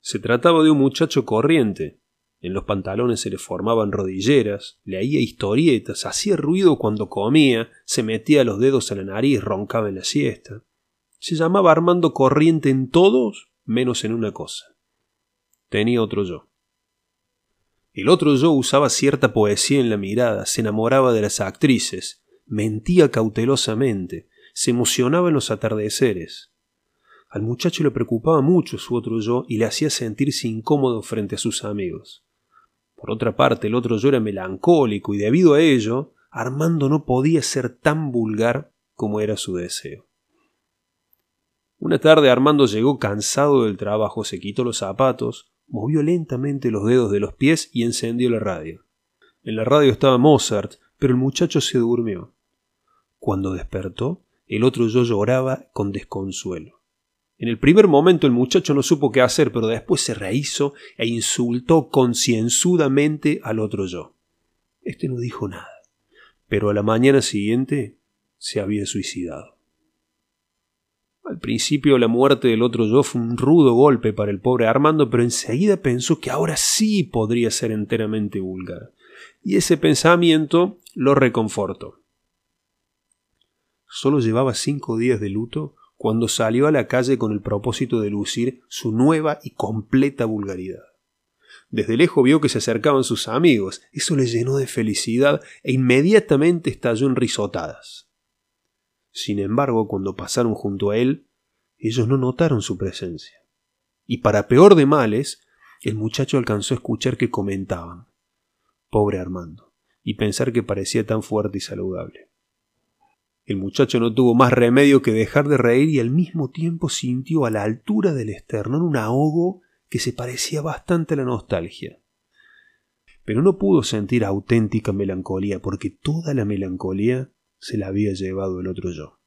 Se trataba de un muchacho corriente. En los pantalones se le formaban rodilleras, leía historietas, hacía ruido cuando comía, se metía los dedos a la nariz y roncaba en la siesta. Se llamaba Armando Corriente en todos, menos en una cosa. Tenía otro yo. El otro yo usaba cierta poesía en la mirada, se enamoraba de las actrices, mentía cautelosamente, se emocionaba en los atardeceres. Al muchacho le preocupaba mucho su otro yo y le hacía sentirse incómodo frente a sus amigos. Por otra parte, el otro yo era melancólico y debido a ello, Armando no podía ser tan vulgar como era su deseo. Una tarde Armando llegó cansado del trabajo, se quitó los zapatos, movió lentamente los dedos de los pies y encendió la radio. En la radio estaba Mozart, pero el muchacho se durmió. Cuando despertó, el otro yo lloraba con desconsuelo. En el primer momento el muchacho no supo qué hacer, pero después se rehizo e insultó concienzudamente al otro yo. Este no dijo nada, pero a la mañana siguiente se había suicidado. Al principio la muerte del otro yo fue un rudo golpe para el pobre Armando, pero enseguida pensó que ahora sí podría ser enteramente vulgar, y ese pensamiento lo reconfortó. Solo llevaba 5 días de luto cuando salió a la calle con el propósito de lucir su nueva y completa vulgaridad. Desde lejos vio que se acercaban sus amigos, eso le llenó de felicidad e inmediatamente estalló en risotadas. Sin embargo, cuando pasaron junto a él, ellos no notaron su presencia. Y para peor de males, el muchacho alcanzó a escuchar que comentaban: «Pobre Armando», y pensar que parecía tan fuerte y saludable. El muchacho no tuvo más remedio que dejar de reír y al mismo tiempo sintió a la altura del esternón un ahogo que se parecía bastante a la nostalgia. Pero no pudo sentir auténtica melancolía porque toda la melancolía se la había llevado el otro yo.